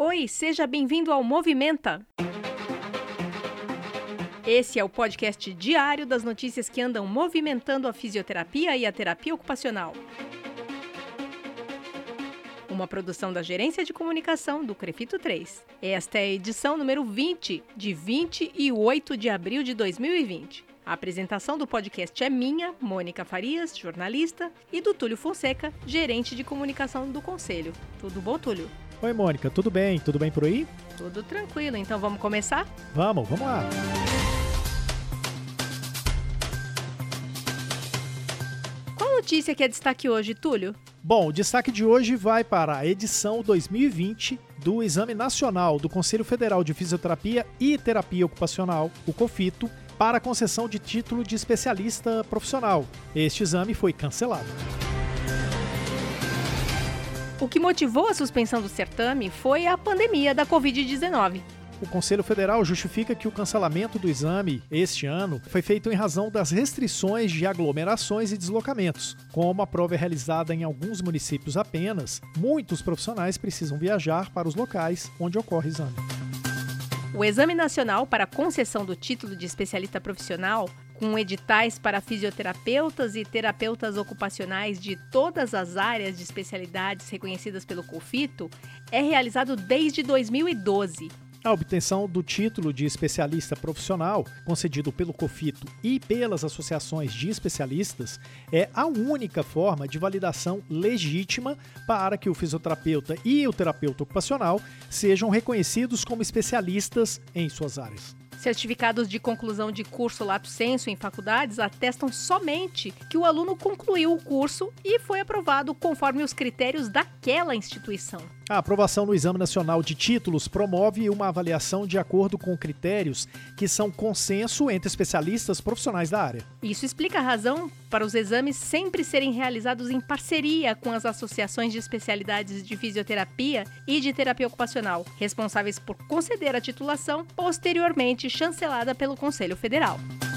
Oi, seja bem-vindo ao Movimenta! Esse é o podcast diário das notícias que andam movimentando a fisioterapia e a terapia ocupacional. Uma produção da Gerência de Comunicação do CREFITO 3. Esta é a edição número 20, de 28 de abril de 2020. A apresentação do podcast é minha, Mônica Farias, jornalista, e do Túlio Fonseca, gerente de comunicação do Conselho. Tudo bom, Túlio? Oi, Mônica, tudo bem? Tudo bem por aí? Tudo tranquilo, então vamos começar? Vamos lá. Qual notícia que é destaque hoje, Túlio? Bom, o destaque de hoje vai para a edição 2020 do Exame Nacional do Conselho Federal de Fisioterapia e Terapia Ocupacional, o COFITO, para a concessão de título de especialista profissional. Este exame foi cancelado. O que motivou a suspensão do certame foi a pandemia da Covid-19. O Conselho Federal justifica que o cancelamento do exame este ano foi feito em razão das restrições de aglomerações e deslocamentos. Como a prova é realizada em alguns municípios apenas, muitos profissionais precisam viajar para os locais onde ocorre o exame. O Exame Nacional para a concessão do título de especialista profissional, com editais para fisioterapeutas e terapeutas ocupacionais de todas as áreas de especialidades reconhecidas pelo COFITO, é realizado desde 2012. A obtenção do título de especialista profissional, concedido pelo COFITO e pelas associações de especialistas, é a única forma de validação legítima para que o fisioterapeuta e o terapeuta ocupacional sejam reconhecidos como especialistas em suas áreas. Certificados de conclusão de curso lato sensu em faculdades atestam somente que o aluno concluiu o curso e foi aprovado conforme os critérios daquela instituição. A aprovação no Exame Nacional de Títulos promove uma avaliação de acordo com critérios que são consenso entre especialistas profissionais da área. Isso explica a razão para os exames sempre serem realizados em parceria com as associações de especialidades de fisioterapia e de terapia ocupacional, responsáveis por conceder a titulação, posteriormente chancelada pelo Conselho Federal.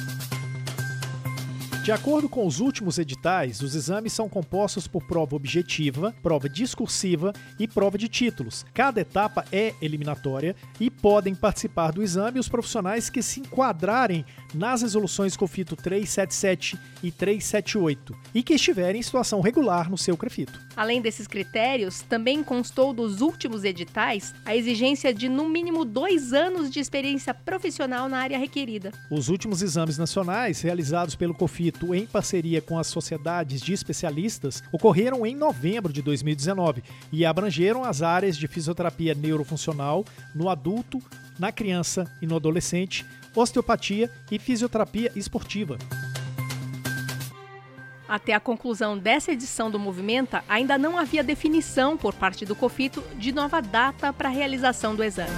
De acordo com os últimos editais, os exames são compostos por prova objetiva, prova discursiva e prova de títulos. Cada etapa é eliminatória e podem participar do exame os profissionais que se enquadrarem nas resoluções COFITO 377 e 378 e que estiverem em situação regular no seu CREFITO. Além desses critérios, também constou dos últimos editais a exigência de no mínimo 2 anos de experiência profissional na área requerida. Os últimos exames nacionais realizados pelo COFITO em parceria com as sociedades de especialistas ocorreram em novembro de 2019 e abrangeram as áreas de fisioterapia neurofuncional no adulto, na criança e no adolescente, osteopatia e fisioterapia esportiva. Até a conclusão dessa edição do Movimenta, ainda não havia definição por parte do COFITO de nova data para a realização do exame.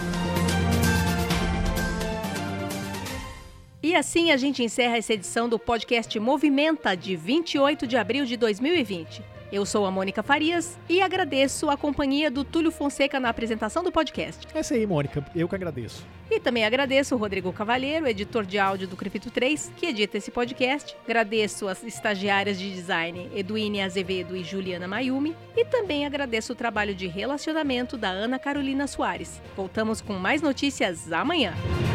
E assim a gente encerra essa edição do podcast Movimenta, de 28 de abril de 2020. Eu sou a Mônica Farias e agradeço a companhia do Túlio Fonseca na apresentação do podcast. É isso aí, Mônica. Eu que agradeço. E também agradeço o Rodrigo Cavalheiro, editor de áudio do CREFITO 3, que edita esse podcast. Agradeço as estagiárias de design Eduine Azevedo e Juliana Mayumi. E também agradeço o trabalho de relacionamento da Ana Carolina Soares. Voltamos com mais notícias amanhã.